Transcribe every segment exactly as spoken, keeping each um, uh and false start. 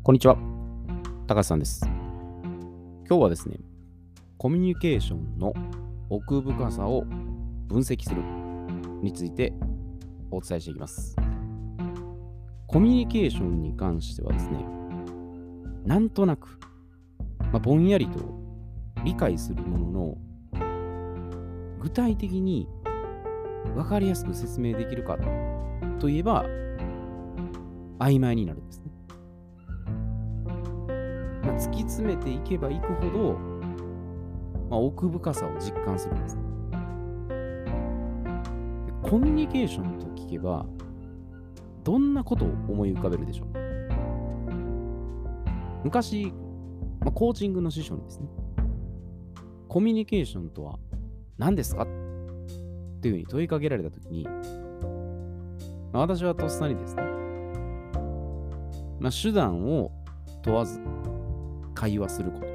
こんにちは。高橋さんです。今日はですね、コミュニケーションの奥深さを分析するについてお伝えしていきます。コミュニケーションに関してはですね、なんとなく、まあ、ぼんやりと理解するものの、具体的に分かりやすく説明できるかといえば、曖昧になるんですね。まあ、突き詰めていけばいくほど、まあ、奥深さを実感するんですね。でコミュニケーションと聞けば、どんなことを思い浮かべるでしょう。昔、まあ、コーチングの師匠にですね、コミュニケーションとは何ですかっていうふうに問いかけられたときに、まあ、私はとっさにですね、まあ、手段を問わず会話すること。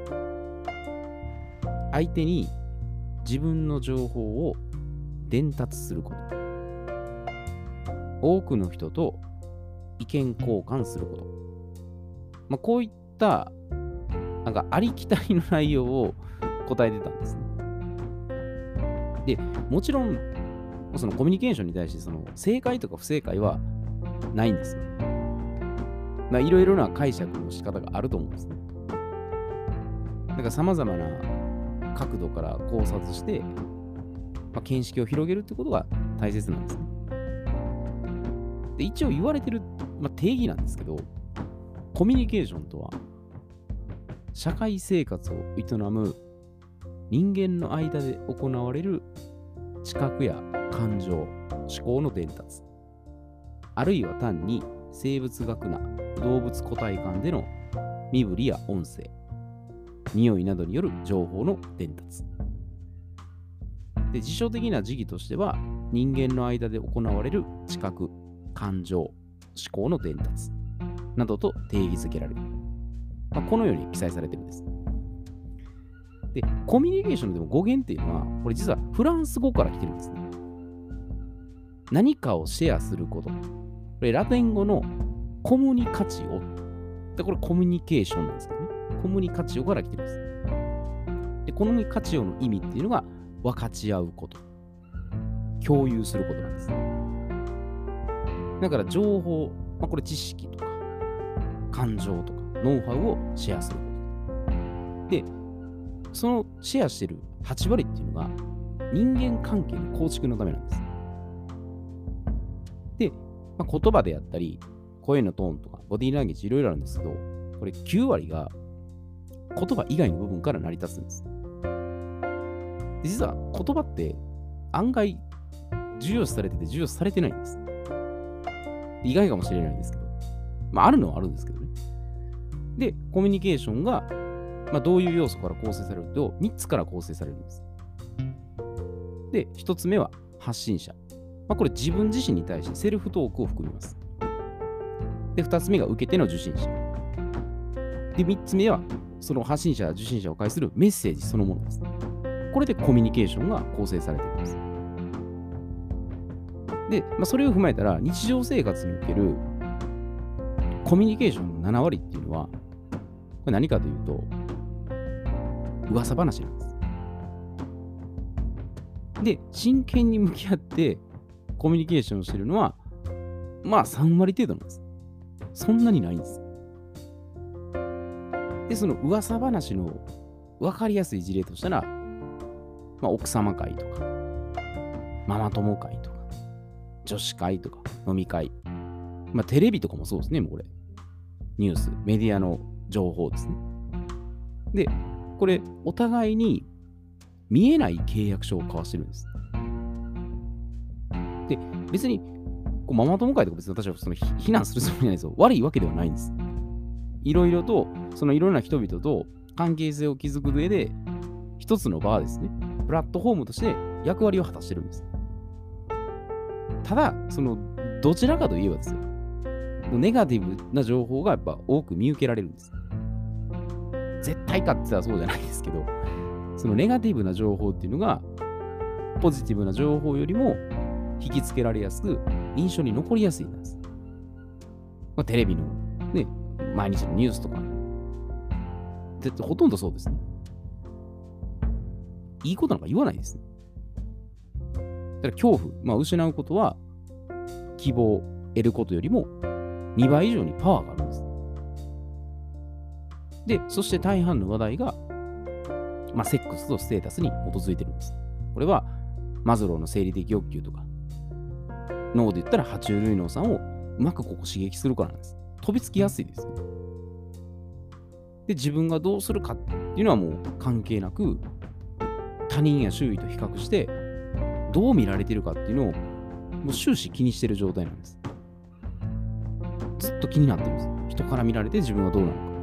相手に自分の情報を伝達すること。多くの人と意見交換すること。まあ、こういったなんかありきたりの内容を答えてたんですね。で、もちろんそのコミュニケーションに対してその正解とか不正解はないんですよ。まあ、いろいろな解釈の仕方があると思うんですね。だから様々な角度から考察して、まあ、見識を広げるってことが大切なんですね。で、一応言われてる、まあ、定義なんですけど、コミュニケーションとは、社会生活を営む人間の間で行われる知覚や感情、思考の伝達、あるいは単に生物学な動物個体間での身振りや音声、匂いなどによる情報の伝達。で、辞書的な時期としては、人間の間で行われる知覚、感情、思考の伝達などと定義づけられる。まあ、このように記載されているんです。で、コミュニケーションでも語源っていうのは、これ実はフランス語から来てるんですね。何かをシェアすること。これラテン語のコムニカチオ。で、これコミュニケーションなんですけどね。コムニカチオから来てるんです。で、コミュニカチオの意味っていうのが分かち合うこと。共有することなんです。だから情報、まあ、これ知識とか感情とかノウハウをシェアすること。で、そのシェアしてるはち割っていうのが人間関係の構築のためなんです。で、まあ、言葉であったり、声のトーンとかボディーランゲージいろいろあるんですけど、これきゅう割が言葉以外の部分から成り立つんです。で、実は言葉って案外重要視されてて重要視されてないんです。意外かもしれないんですけど、まああるのはあるんですけどね。で、コミュニケーションが、まあ、どういう要素から構成されるとみっつから構成されるんです。で、ひとつめは発信者。まあ、これ自分自身に対してセルフトークを含みます。で、ふたつめが受け手の受信者。で、みっつめはその発信者、受信者を介するメッセージそのものです。これでコミュニケーションが構成されているんです。で、まあ、それを踏まえたら、日常生活におけるコミュニケーションのなな割っていうのは、これ何かというと、噂話なんです。で、真剣に向き合ってコミュニケーションをしているのは、まあさん割程度なんです。そんなにないんです。で、その噂話の分かりやすい事例としたら、まあ、奥様会とか、ママ友会とか、女子会とか、飲み会。まあ、テレビとかもそうですね、もうこれ。ニュース、メディアの情報ですね。で、これ、お互いに見えない契約書を交わしてるんです。で、別に、こうママ友会とか別に私はその非難するつもりないですよ。悪いわけではないんです。いろいろと、そのいろんな人々と関係性を築く上で、一つの場ですね、プラットフォームとして役割を果たしてるんです。ただ、その、どちらかといえばですよ、ネガティブな情報がやっぱ多く見受けられるんです。絶対かって言ったらそうじゃないですけど、そのネガティブな情報っていうのが、ポジティブな情報よりも引きつけられやすく、印象に残りやすいんです。まあ、テレビのね、 毎日のニュースとか。でほとんどそうですね。いいことなんか言わないですね。だから恐怖、まあ、失うことは希望を得ることよりもにばい以上にパワーがあるんです。で、そして大半の話題が、まあ、セックスとステータスに基づいてるんです。これはマズローの生理的欲求とか、脳で言ったら爬虫類脳さんをうまくここ刺激するからなんです。飛びつきやすいですよね。で、自分がどうするかっていうのはもう関係なく、他人や周囲と比較して、どう見られてるかっていうのを、もう終始気にしてる状態なんです。ずっと気になってるんです。人から見られて自分はどうなのか。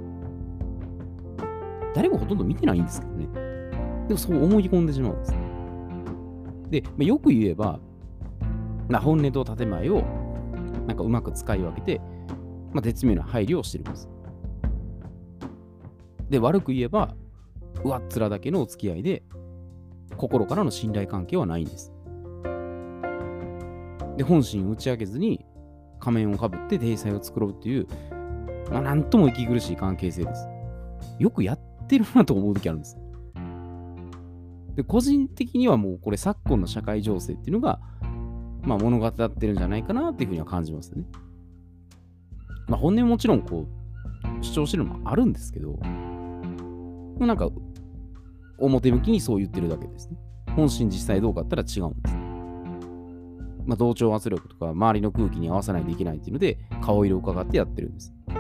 誰もほとんど見てないんですけどね。でもそう思い込んでしまうんです。で、まあ、よく言えば、まあ、本音と建前をなんかうまく使い分けて、まあ、絶妙な配慮をしてるんです。で、悪く言えば、上っ面だけのお付き合いで、心からの信頼関係はないんです。で、本心を打ち明けずに、仮面をかぶって体裁を作ろうっていう、まあ、なんとも息苦しい関係性です。よくやってるなと思う時あるんです。で、個人的にはもうこれ昨今の社会情勢っていうのが、まあ、物語ってるんじゃないかなっていうふうには感じますね。まあ、本音ももちろんこう主張してるのもあるんですけど、なんか表向きにそう言ってるだけですね。本心実際どうかって言ったら違うんです。まあ、同調圧力とか周りの空気に合わさないといけないっていうので顔色を伺ってやってるんです。だ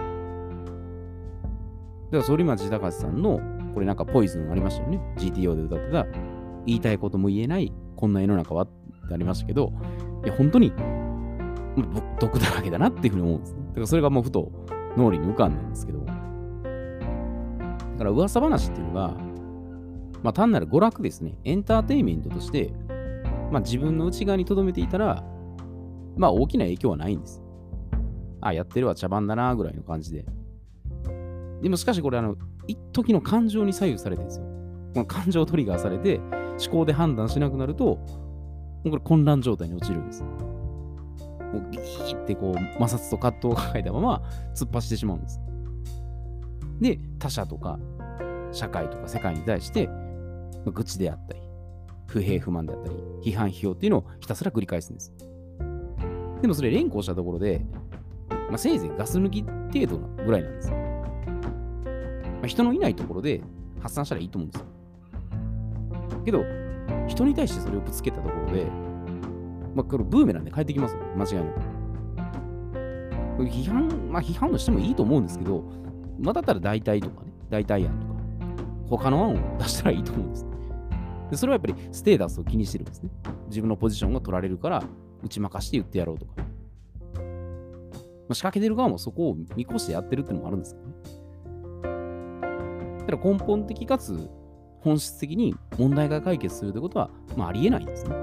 から反町隆史さんのこれなんかポイズンありましたよね。ジーティーオー で歌ってた言いたいことも言えないこんな世の中はってありましたけど、いや本当に毒だらけだなっていうふうに思うんですね。だからそれがもうふと脳裏に浮かんだんですけど、だから噂話っていうのが、まあ、単なる娯楽ですね。エンターテインメントとして、まあ、自分の内側に留めていたら、まあ大きな影響はないんです。あ、やってるわ、茶番だなぐらいの感じで。でもしかしこれあの、一時の感情に左右されてるんですよ。この感情トリガーされて、思考で判断しなくなると、もうこれ混乱状態に陥るんです。もうギーってこう摩擦と葛藤を抱えたまま突っ走ってしまうんです。で、他者とか社会とか世界に対して愚痴であったり、不平不満であったり、批判批評っていうのをひたすら繰り返すんです。でもそれ連呼したところで、まあ、せいぜいガス抜き程度なぐらいなんです。まあ、人のいないところで発散したらいいと思うんですよ。けど、人に対してそれをぶつけたところで、まあ、これブーメランで返ってきますよね。間違いなく。これ批判、まあ批判としてもいいと思うんですけど、まあ、だったら代替とかね、代替案とか、他の案を出したらいいと思うんです。でそれはやっぱりステータスを気にしてるんですね。自分のポジションが取られるから、打ち負かして言ってやろうとか。まあ、仕掛けてる側もそこを見越してやってるっていうのもあるんですけどね。だから根本的かつ本質的に問題が解決するということは、まあ、ありえないんですね。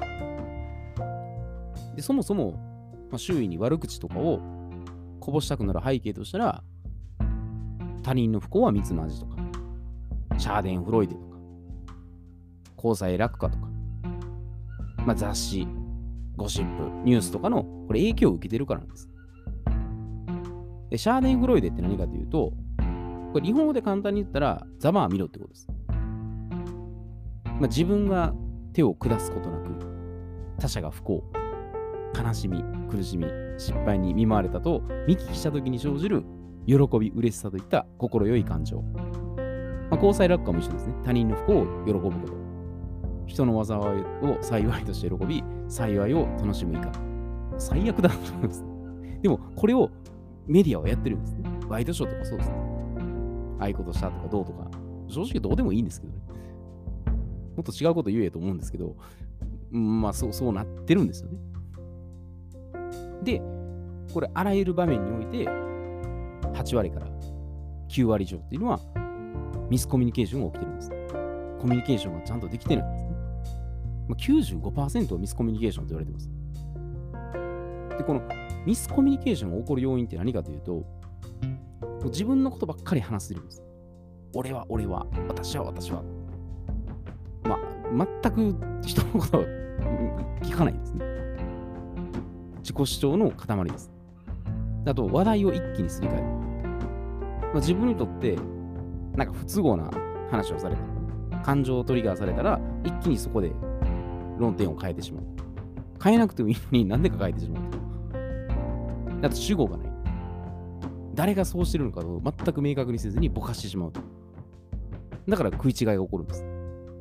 で、そもそも、まあ、周囲に悪口とかをこぼしたくなる背景としたら、他人の不幸は蜜の味とか、シャーデンフロイデとか、交際落下とか、まあ、雑誌、ゴシップ、ニュースとかのこれ影響を受けてるからなんです。で、シャーデンフロイデって何かというと、これ日本語で簡単に言ったら、ざまあみろってことです。まあ、自分が手を下すことなく、他者が不幸、悲しみ、苦しみ、失敗に見舞われたと見聞きしたときに生じる喜び、嬉しさといった心よい感情。まあ、交際落下も一緒ですね。他人の不幸を喜ぶこと。人の災いを幸いとして喜び、幸いを楽しむ以下。最悪だなと思います。でも、これをメディアはやってるんですね。ワイドショーとかそうですね。ああいうことしたとかどうとか。正直どうでもいいんですけどね。もっと違うこと言えと思うんですけど、まあそう、そうなってるんですよね。で、これあらゆる場面において、はち割からきゅう割以上っていうのは、ミスコミュニケーションが起きてるんです。コミュニケーションがちゃんとできてないんですね。まあ、きゅうじゅうごパーセント はミスコミュニケーションと言われてます。で、このミスコミュニケーションが起こる要因って何かというと、自分のことばっかり話してるんです。俺は、俺は、私は、私は。まあ、全く人のことは聞かないんですね。自己主張の塊です。あと、話題を一気にすり替える。 まあ、自分にとって、なんか不都合な話をされたら、感情をトリガーされたら、一気にそこで論点を変えてしまう。変えなくてもいいのになんでか変えてしまうと。だって主語がない。誰がそうしてるのかを全く明確にせずにぼかしてしまうと。だから食い違いが起こるんです。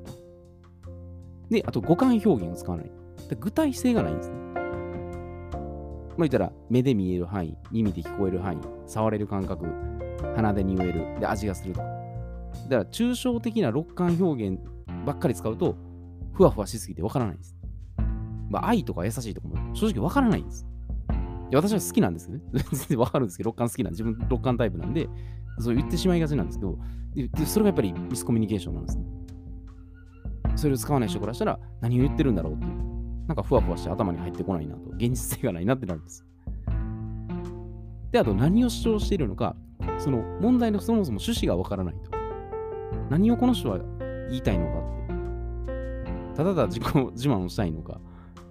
で、あと五感表現を使わない。具体性がないんですね。まあ言ったら、目で見える範囲、耳で聞こえる範囲、触れる感覚、鼻で匂える、で味がするとか。だから抽象的な六感表現ばっかり使うと、ふわふわしすぎてわからないんです。まあ、愛とか優しいとかも正直わからないんです。いや私は好きなんですけどね。全然わかるんですけど、六感好きなんで、自分六感タイプなんで、そう言ってしまいがちなんですけど、ででそれがやっぱりミスコミュニケーションなんですね。それを使わない人からしたら何を言ってるんだろうっていう。なんかふわふわして頭に入ってこないなと。現実性がないなってなるんです。で、あと何を主張しているのか、その問題のそもそも趣旨がわからないと。何をこの人は言いたいのかって。ただただ自己自慢をしたいのか。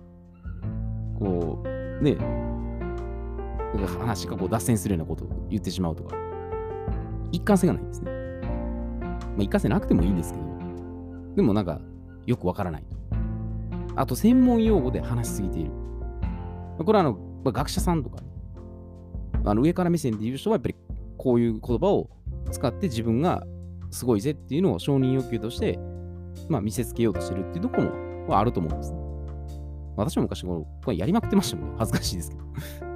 こう、ね、話がこう脱線するようなことを言ってしまうとか。一貫性がないんですね。まあ、一貫性なくてもいいんですけど、でもなんかよくわからないと。あと、専門用語で話しすぎている。これはあの、まあ、学者さんとか、あの上から目線で言う人はやっぱりこういう言葉を使って自分がすごいぜっていうのを承認欲求として、まあ、見せつけようとしてるっていうところもあると思うんです。私も昔これやりまくってましたもんね。恥ずかしいですけど。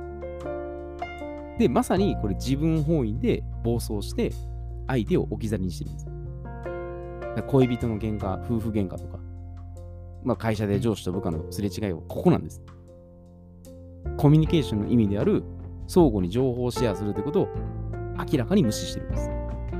で、まさにこれ自分本位で暴走して相手を置き去りにしてるんです。恋人の喧嘩、夫婦喧嘩とか、まあ、会社で上司と部下のすれ違いはここなんです。コミュニケーションの意味である相互に情報をシェアするということを明らかに無視してるんです。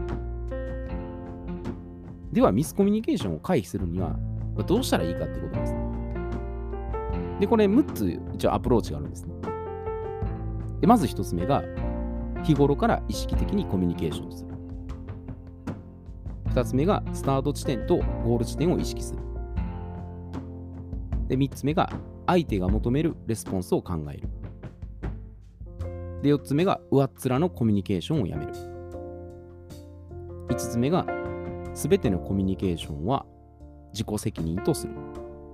では、ミスコミュニケーションを回避するにはどうしたらいいかってことです。で、これむっつ一応アプローチがあるんですね。で、まずひとつめが、日頃から意識的にコミュニケーションする。ふたつめが、スタート地点とゴール地点を意識する。で、みっつめが、相手が求めるレスポンスを考える。で、よっつめが、上っ面のコミュニケーションをやめる。いつつめが、すべてのコミュニケーションは自己責任とする。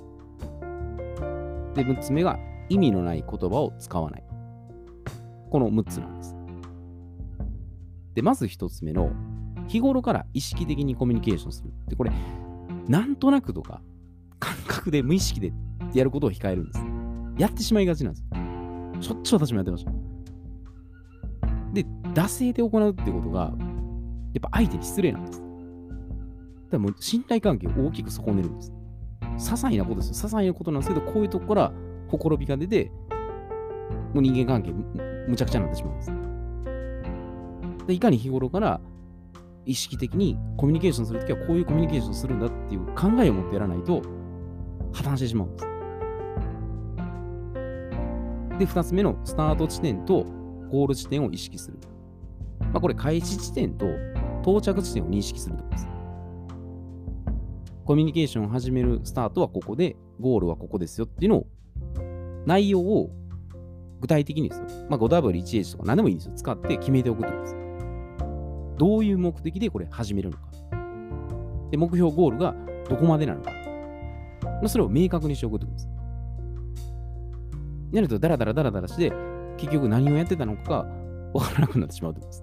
で、むっつめが、意味のない言葉を使わない。このむっつなんです。で、まずひとつめの、日頃から意識的にコミュニケーションする。で、これ、なんとなくとか、感覚で無意識でやることを控えるんです。やってしまいがちなんです。しょっちゅう私もやってました。で、惰性で行うってことが、やっぱ相手に失礼なんです。だからもう信頼関係を大きく損ねるんです。些細なことですよ。些細なことなんですけど、こういうとこからほころびが出て、もう人間関係む、むちゃくちゃになってしまうんです。で、いかに日頃から意識的にコミュニケーションするときはこういうコミュニケーションするんだっていう考えを持ってやらないと破綻してしまうんです。で、二つ目のスタート地点とゴール地点を意識する。まあ、これ開始地点と到着地点を認識するところです。コミュニケーションを始めるスタートはここで、ゴールはここですよっていうのを、内容を具体的にですよ。まあ、ごダブリューワンエイチ とか何でもいいんですよ。使って決めておくということです。どういう目的でこれ始めるのか。で、目標ゴールがどこまでなのか。まあ、それを明確にしておくということです。やるとダラダラダラダラして、結局何をやってたのかがわからなくなってしまうということです。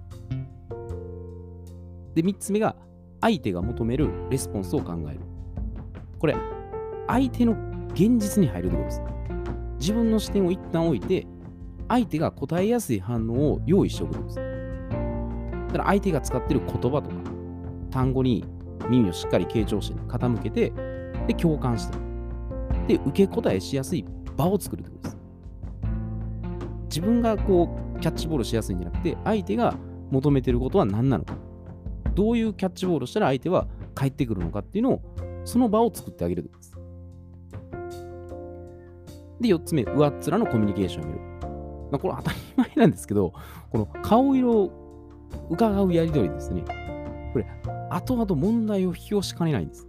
で、三つ目が、相手が求めるレスポンスを考える。これ、相手の現実に入るということです。自分の視点を一旦置いて、相手が答えやすい反応を用意しておくということです。だから相手が使っている言葉とか、単語に耳をしっかり傾聴して傾けて、で、共感して、で、受け答えしやすい場を作るということです。自分がこう、キャッチボールしやすいんじゃなくて、相手が求めていることは何なのか。どういうキャッチボールをしたら相手は帰ってくるのかっていうのを、その場を作ってあげるということです。で、よっつめ、上っ面のコミュニケーションを見る。まあ、これ当たり前なんですけど、この顔色を伺うやり取りですね。これ、後々問題を引き起こしかねないんです。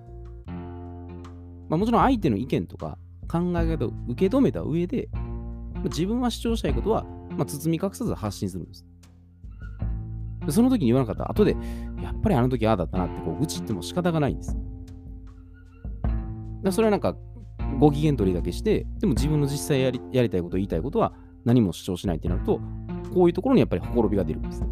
まあ、もちろん相手の意見とか考え方を受け止めた上で、自分は主張したいことは、まあ、包み隠さず発信するんです。 でその時に言わなかったら、後で、やっぱりあの時ああだったなってこう愚痴っても仕方がないんです。だそれはなんか、ご機嫌取りだけして、でも自分の実際やりやりたいこと、言いたいことは何も主張しないってなると、こういうところにやっぱりほころびが出るんです。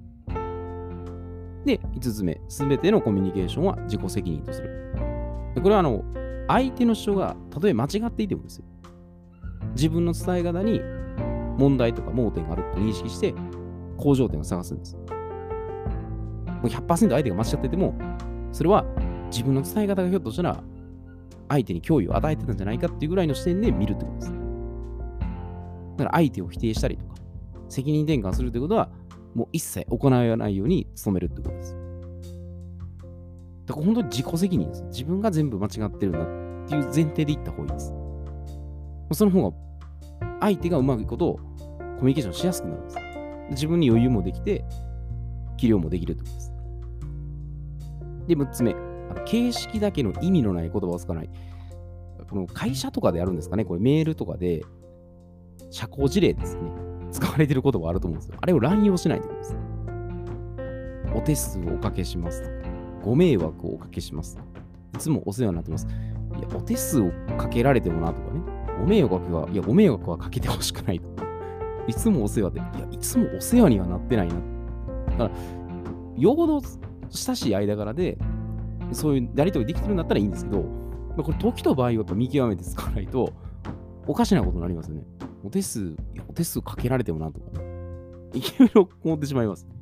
で、いつつめ、すべてのコミュニケーションは自己責任とする。でこれはあの、相手の主張がたとえ間違っていてもですよ。自分の伝え方に問題とか盲点があると認識して、向上点を探すんです。もう ひゃくパーセント 相手が間違ってても、それは自分の伝え方がひょっとしたら、相手に脅威を与えてたんじゃないかっていうぐらいの視点で見るってことです。だから相手を否定したりとか、責任転換するってことは、もう一切行わないように努めるってことです。だから本当に自己責任です。自分が全部間違ってるんだっていう前提で言った方がいいです。その方が、相手がうまいことをコミュニケーションしやすくなるんです。自分に余裕もできて、器量もできるってことです。で、むっつめ、あの形式だけの意味のない言葉を使わない。この会社とかであるんですかね、これメールとかで、社交辞令ですね。使われてる言葉あると思うんですよ。あれを乱用しないってことです。お手数をおかけしますとか、ご迷惑をおかけします。いつもお世話になってます。いや、お手数をかけられてもなとかね、ご迷惑は、いや、ご迷惑はかけてほしくないとか、いつもお世話で、いや、いつもお世話にはなってないな。だから、よほど親しい間柄で、そういうやり取りできてるんだったらいいんですけど、これ、時と場合をやっぱ見極めて使わないと、おかしなことになりますよね。お手数、いやお手数かけられてもなとか、ね、いろいろ思ってしまいます、ね。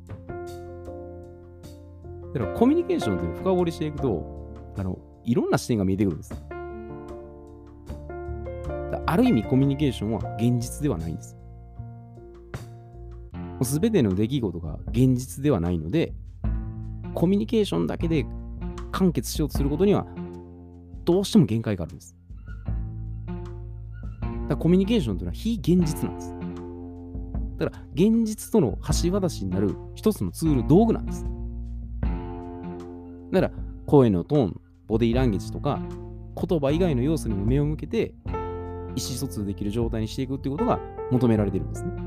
だからコミュニケーションって深掘りしていくと、あの、いろんな視点が見えてくるんです。ある意味コミュニケーションは現実ではないんです。すべての出来事が現実ではないので、コミュニケーションだけで完結しようとすることには、どうしても限界があるんです。だからコミュニケーションというのは非現実なんです。だから現実との橋渡しになる一つのツール、道具なんです。だから声のトーン、ボディーランゲージとか言葉以外の要素にも目を向けて意思疎通できる状態にしていくということが求められているんですね。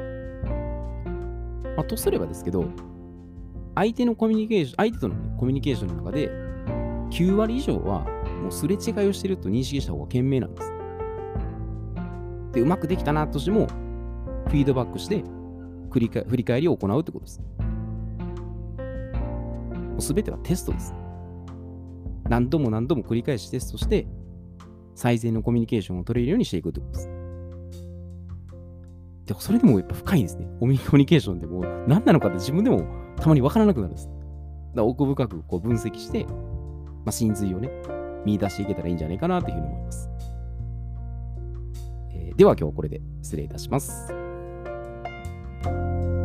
まあ、とすればですけど、相手のコミュニケーション、相手との、ね、コミュニケーションの中できゅうわり以上はもうすれ違いをしていると認識した方が賢明なんです。で、うまくできたなとしても、フィードバックして振り返振り返りを行うということです。すべてはテストです。何度も何度も繰り返しテストして、最善のコミュニケーションを取れるようにしていくということです。でもそれでもやっぱ深いですね。コミュニケーションでも何なのかって自分でもたまに分からなくなるんです。だから奥深くこう分析して、まあ、真髄をね、見出していけたらいいんじゃないかなというふうに思います。えー、では今日はこれで失礼いたします。